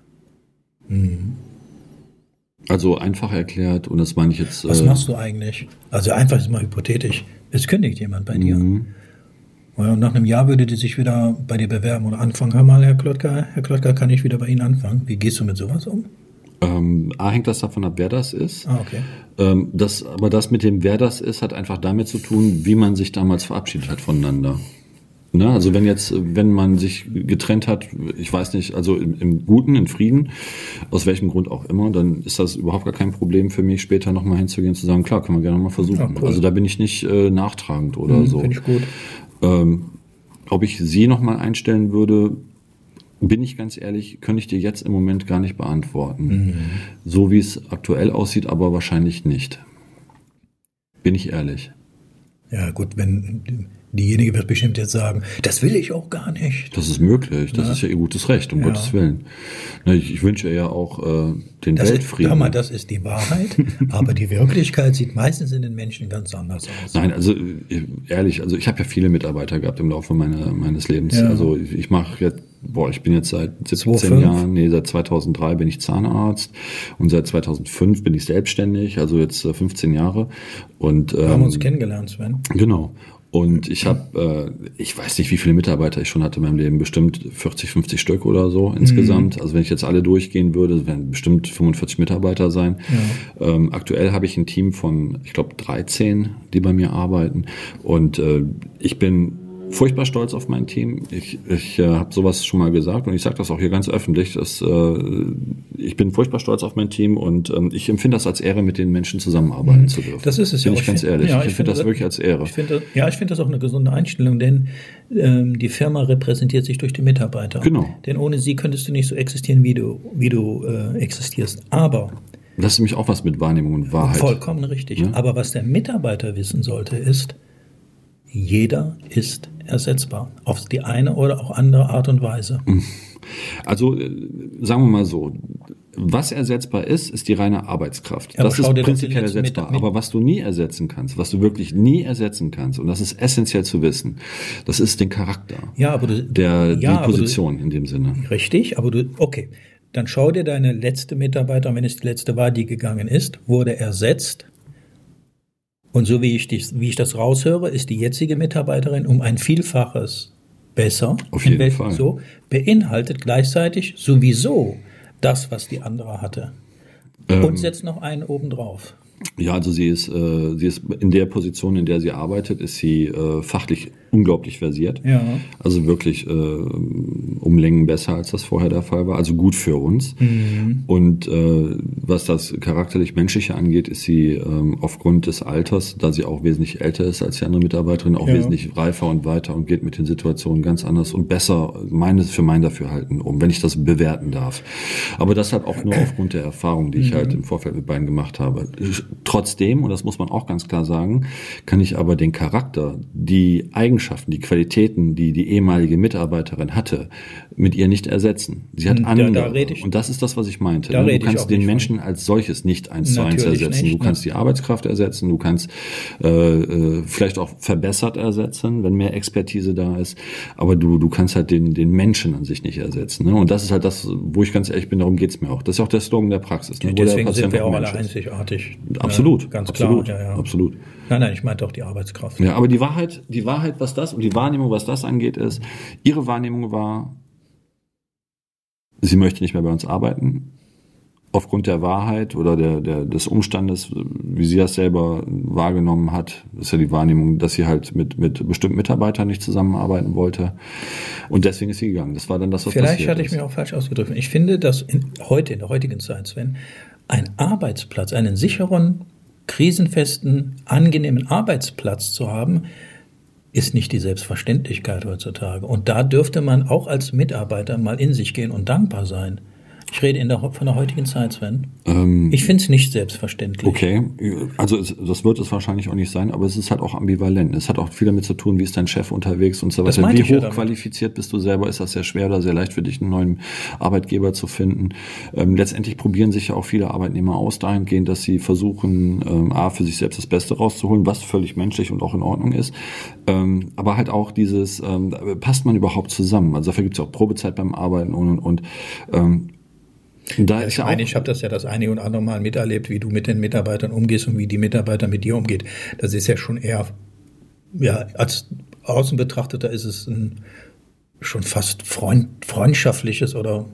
Also einfach erklärt, und das meine ich jetzt. Was äh, machst du eigentlich? Also einfach ist mal hypothetisch. Es kündigt jemand bei dir. Mhm. Und nach einem Jahr würde die sich wieder bei dir bewerben oder anfangen. Hör mal, Herr Klotka, Herr Klotka, kann ich wieder bei Ihnen anfangen? Wie gehst du mit sowas um? Ähm, A, hängt das davon ab, wer das ist. Ah, okay. Ähm, das, aber das mit dem, wer das ist, hat einfach damit zu tun, wie man sich damals verabschiedet hat voneinander. Ne? Also wenn jetzt, wenn man sich getrennt hat, ich weiß nicht, also im, im Guten, in Frieden, aus welchem Grund auch immer, dann ist das überhaupt gar kein Problem für mich, später nochmal hinzugehen und zu sagen, klar, können wir gerne mal versuchen. Ja, cool. Also da bin ich nicht äh, nachtragend oder Hm, so. Finde ich gut. Ähm, ob ich sie nochmal einstellen würde, bin ich ganz ehrlich, könnte ich dir jetzt im Moment gar nicht beantworten. Mhm. So wie es aktuell aussieht, aber wahrscheinlich nicht. Bin ich ehrlich. Ja, gut, wenn diejenige wird bestimmt jetzt sagen, das will ich auch gar nicht. Das ist möglich, das Ja. ist ja ihr gutes Recht, um Ja. Gottes Willen. Na, Ich, ich wünsche ihr ja auch äh, den Das ist, Weltfrieden. hör mal, das ist die Wahrheit, aber die Wirklichkeit sieht meistens in den Menschen ganz anders aus. Nein, also äh, ehrlich, also ich habe ja viele Mitarbeiter gehabt im Laufe meiner, meines Lebens. Ja. Also ich, ich mache jetzt, boah, ich bin jetzt seit siebzehn zweitausendfünf? Jahren, nee, seit zweitausenddrei bin ich Zahnarzt und seit zweitausendfünf bin ich selbstständig, also jetzt äh, fünfzehn Jahre. Und Wir haben ähm, uns kennengelernt, Sven. Genau. Und ich habe, äh, ich weiß nicht, wie viele Mitarbeiter ich schon hatte in meinem Leben, bestimmt vierzig, fünfzig Stück oder so insgesamt. Also wenn ich jetzt alle durchgehen würde, werden bestimmt fünfundvierzig Mitarbeiter sein. Ja. Ähm, aktuell habe ich ein Team von, ich glaube, dreizehn, die bei mir arbeiten. Und äh, ich bin furchtbar stolz auf mein Team. Ich, ich äh, habe sowas schon mal gesagt und ich sage das auch hier ganz öffentlich. Dass, äh, ich bin furchtbar stolz auf mein Team und ähm, ich empfinde das als Ehre, mit den Menschen zusammenarbeiten Mhm. zu dürfen. Das ist es bin ja. ich Ich ganz find- ehrlich. ja, ich ich empfinde finde das wirklich als Ehre. Ich finde, ja, ich finde das auch eine gesunde Einstellung, denn ähm, die Firma repräsentiert sich durch die Mitarbeiter. Genau. Denn ohne sie könntest du nicht so existieren, wie du, wie du äh, existierst. Aber Das ist nämlich auch was mit Wahrnehmung und Wahrheit. vollkommen richtig. Ja. Aber was der Mitarbeiter wissen sollte, ist, jeder ist ersetzbar. Auf die eine oder auch andere Art und Weise. Also äh, sagen wir mal so, was ersetzbar ist, ist die reine Arbeitskraft. Ja, aber das schau ist dir doch prinzipiell die letzten ersetzbar. mit- mit- Aber was du nie ersetzen kannst, was du wirklich nie ersetzen kannst, und das ist essentiell zu wissen, das ist den Charakter, Ja, aber du, der, ja, die aber du- Position in dem Sinne. Richtig, aber du, okay. Dann schau dir deine letzte Mitarbeiter, wenn es die letzte war, die gegangen ist, wurde ersetzt. Und so wie ich, dich, wie ich das raushöre, ist die jetzige Mitarbeiterin um ein Vielfaches besser. Auf In jeden welchem Fall. So, beinhaltet gleichzeitig sowieso das, was die andere hatte. Ähm, Und setzt noch einen obendrauf. Ja, also sie ist, äh, sie ist in der Position, in der sie arbeitet, ist sie äh, fachlich unglaublich versiert. Ja. Also wirklich äh, um Längen besser, als das vorher der Fall war. Also gut für uns. Mhm. Und äh, was das charakterlich Menschliche angeht, ist sie ähm, aufgrund des Alters, da sie auch wesentlich älter ist als die andere Mitarbeiterin, auch Ja. wesentlich reifer und weiter und geht mit den Situationen ganz anders und besser meines für mein Dafürhalten um, wenn ich das bewerten darf. Aber das halt auch nur aufgrund der Erfahrung, die ich Mhm. halt im Vorfeld mit beiden gemacht habe. Trotzdem, und das muss man auch ganz klar sagen, kann ich aber den Charakter, die Eigenschaften, die Qualitäten, die die ehemalige Mitarbeiterin hatte, mit ihr nicht ersetzen. Sie hat Da- andere. da rede ich- und das ist das, was ich meinte. da ne? rede Du ich kannst auch den nicht Menschen als solches nicht eins zu eins Natürlich ersetzen. nicht, Du kannst ne? die Arbeitskraft ersetzen, du kannst äh, äh, vielleicht auch verbessert ersetzen, wenn mehr Expertise da ist. Aber du, du kannst halt den, den Menschen an sich nicht ersetzen. Ne? Und das ist halt das, wo ich ganz ehrlich bin, darum geht's mir auch. Das ist auch der Slogan der Praxis. Ne? Wo der Deswegen Patient sind wir auch alle Mensch ist. einzigartig. Absolut, Ja, ganz absolut, klar, ja, ja. absolut. Nein, nein, ich meinte auch die Arbeitskraft. Ja, aber die Wahrheit, die Wahrheit, was das und die Wahrnehmung, was das angeht, ist, ihre Wahrnehmung war, sie möchte nicht mehr bei uns arbeiten. Aufgrund der Wahrheit oder der, der, des Umstandes, wie sie das selber wahrgenommen hat, ist ja die Wahrnehmung, dass sie halt mit, mit bestimmten Mitarbeitern nicht zusammenarbeiten wollte. Und deswegen ist sie gegangen. Das war dann das, was Vielleicht passiert hatte ich ist. mich auch falsch ausgedrückt. Ich finde, dass in, heute, in der heutigen Zeit, Sven, ein Arbeitsplatz, einen sicheren, krisenfesten, angenehmen Arbeitsplatz zu haben, ist nicht die Selbstverständlichkeit heutzutage. Und da dürfte man auch als Mitarbeiter mal in sich gehen und dankbar sein. Ich rede in der, von der heutigen Zeit, Sven. Ähm, ich finde es nicht selbstverständlich. Okay, also es, das wird es wahrscheinlich auch nicht sein, aber es ist halt auch ambivalent. Es hat auch viel damit zu tun, wie ist dein Chef unterwegs und so weiter. Wie hochqualifiziert ja bist du selber? Ist das sehr schwer oder sehr leicht für dich, einen neuen Arbeitgeber zu finden? Ähm, letztendlich probieren sich ja auch viele Arbeitnehmer aus dahingehend, dass sie versuchen, ähm, A, für sich selbst das Beste rauszuholen, was völlig menschlich und auch in Ordnung ist. Ähm, aber halt auch dieses, ähm, passt man überhaupt zusammen? Also dafür gibt es ja auch Probezeit beim Arbeiten und, und, und ähm, Da ja, ich meine, ich habe das ja das eine und andere Mal miterlebt, wie du mit den Mitarbeitern umgehst und wie die Mitarbeiter mit dir umgeht. Das ist ja schon eher, ja, als Außenbetrachteter ist es ein schon fast freund, freundschaftliches oder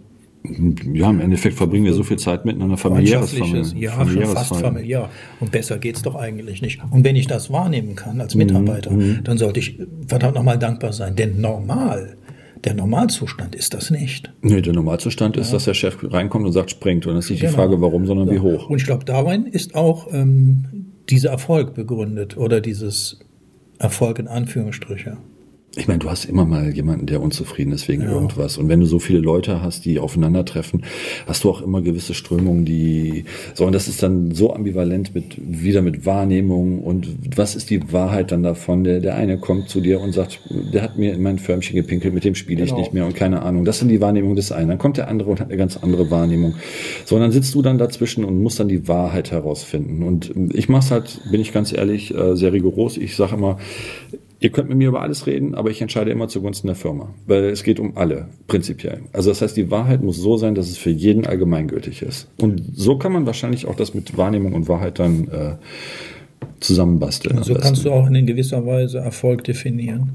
ja, im Endeffekt verbringen wir so viel Zeit miteinander, familiäres Familie. Ja, familiäres schon fast Fall. familiär. Und besser geht's doch eigentlich nicht. Und wenn ich das wahrnehmen kann als Mitarbeiter, mhm. dann sollte ich verdammt nochmal dankbar sein. Denn normal, der Normalzustand ist das nicht. Nee, der Normalzustand ja. ist, dass der Chef reinkommt und sagt, springt. Und das ist nicht genau. die Frage, warum, sondern ja. wie hoch. Und ich glaube, darin ist auch ähm, dieser Erfolg begründet oder dieses Erfolg in Anführungsstriche. Ich meine, du hast immer mal jemanden, der unzufrieden ist wegen ja. irgendwas. Und wenn du so viele Leute hast, die aufeinandertreffen, hast du auch immer gewisse Strömungen, die so, und das ist dann so ambivalent mit, wieder mit Wahrnehmung und was ist die Wahrheit dann davon? Der, der eine kommt zu dir und sagt, der hat mir in mein Förmchen gepinkelt, mit dem spiele ich genau. nicht mehr und keine Ahnung. Das sind die Wahrnehmungen des einen. Dann kommt der andere und hat eine ganz andere Wahrnehmung. So, und dann sitzt du dann dazwischen und musst dann die Wahrheit herausfinden. Und ich mach's halt, bin ich ganz ehrlich, sehr rigoros. Ich sage immer, ihr könnt mit mir über alles reden, aber ich entscheide immer zugunsten der Firma, weil es geht um alle, prinzipiell. Also das heißt, die Wahrheit muss so sein, dass es für jeden allgemeingültig ist. Und so kann man wahrscheinlich auch das mit Wahrnehmung und Wahrheit dann äh, zusammenbasteln. Und so kannst du auch in gewisser Weise Erfolg definieren.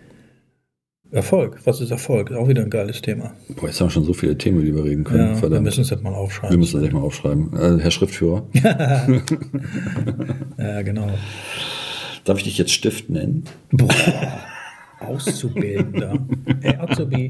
Erfolg, was ist Erfolg? Auch wieder ein geiles Thema. Boah, jetzt haben wir schon so viele Themen, die wir reden können. Ja, wir müssen es jetzt mal aufschreiben. Wir müssen es echt mal aufschreiben. Äh, Herr Schriftführer. Ja, genau. Darf ich dich jetzt Stift nennen? Boah, Auszubildender. Hey, Azubi.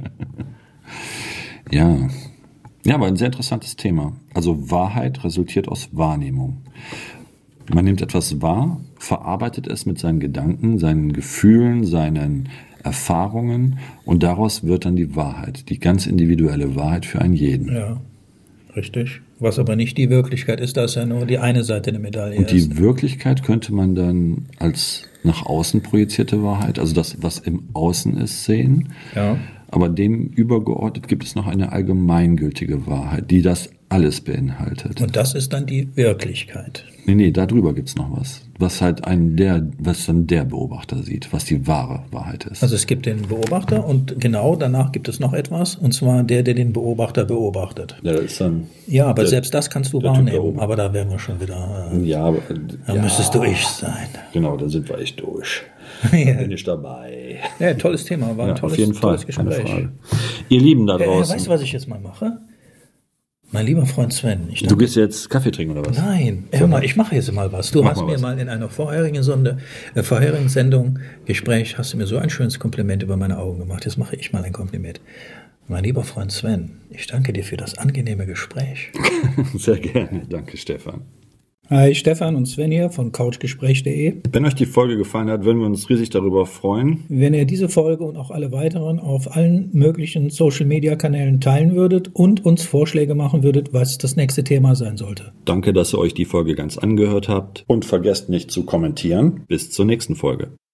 Ja. Ja, aber ein sehr interessantes Thema. Also Wahrheit resultiert aus Wahrnehmung. Man nimmt etwas wahr, verarbeitet es mit seinen Gedanken, seinen Gefühlen, seinen Erfahrungen und daraus wird dann die Wahrheit, die ganz individuelle Wahrheit für einen jeden. Ja, richtig. Was aber nicht die Wirklichkeit ist, da ist ja nur die eine Seite der Medaille. Und die ist. Wirklichkeit könnte man dann als nach außen projizierte Wahrheit, also das, was im Außen ist, sehen. Ja. Aber dem übergeordnet gibt es noch eine allgemeingültige Wahrheit, die das alles beinhaltet. Und das ist dann die Wirklichkeit. Nee, nee, darüber gibt es noch was. Was halt ein der, was dann der Beobachter sieht, was die wahre Wahrheit ist. Also es gibt den Beobachter und genau danach gibt es noch etwas, und zwar der, der den Beobachter beobachtet. Ja, das ist dann. Ja, aber der, selbst das kannst du wahrnehmen. Aber da wären wir schon wieder. Äh, ja, aber. Da ja, müsstest du ich sein. Genau, da sind wir echt durch. Ja. Bin ich dabei. Ja, tolles Thema, war ein ja, tolles, auf jeden Fall, tolles Gespräch. Ihr Lieben da draußen. Äh, weißt du, was ich jetzt mal mache? Mein lieber Freund Sven. Ich du gehst jetzt Kaffee trinken oder was? Nein, hör mal, ich mache jetzt mal was. Du Mach hast mal mir was. mal in einer vorherigen, Sonde, äh, vorherigen Sendung, Gespräch, hast du mir so ein schönes Kompliment über meine Augen gemacht. Jetzt mache ich mal ein Kompliment. Mein lieber Freund Sven, ich danke dir für das angenehme Gespräch. Sehr gerne, danke Stefan. Hi, Stefan und Sven hier von couchgespräch punkt de. Wenn euch die Folge gefallen hat, würden wir uns riesig darüber freuen. Wenn ihr diese Folge und auch alle weiteren auf allen möglichen Social-Media-Kanälen teilen würdet und uns Vorschläge machen würdet, was das nächste Thema sein sollte. Danke, dass ihr euch die Folge ganz angehört habt. Und vergesst nicht zu kommentieren. Bis zur nächsten Folge.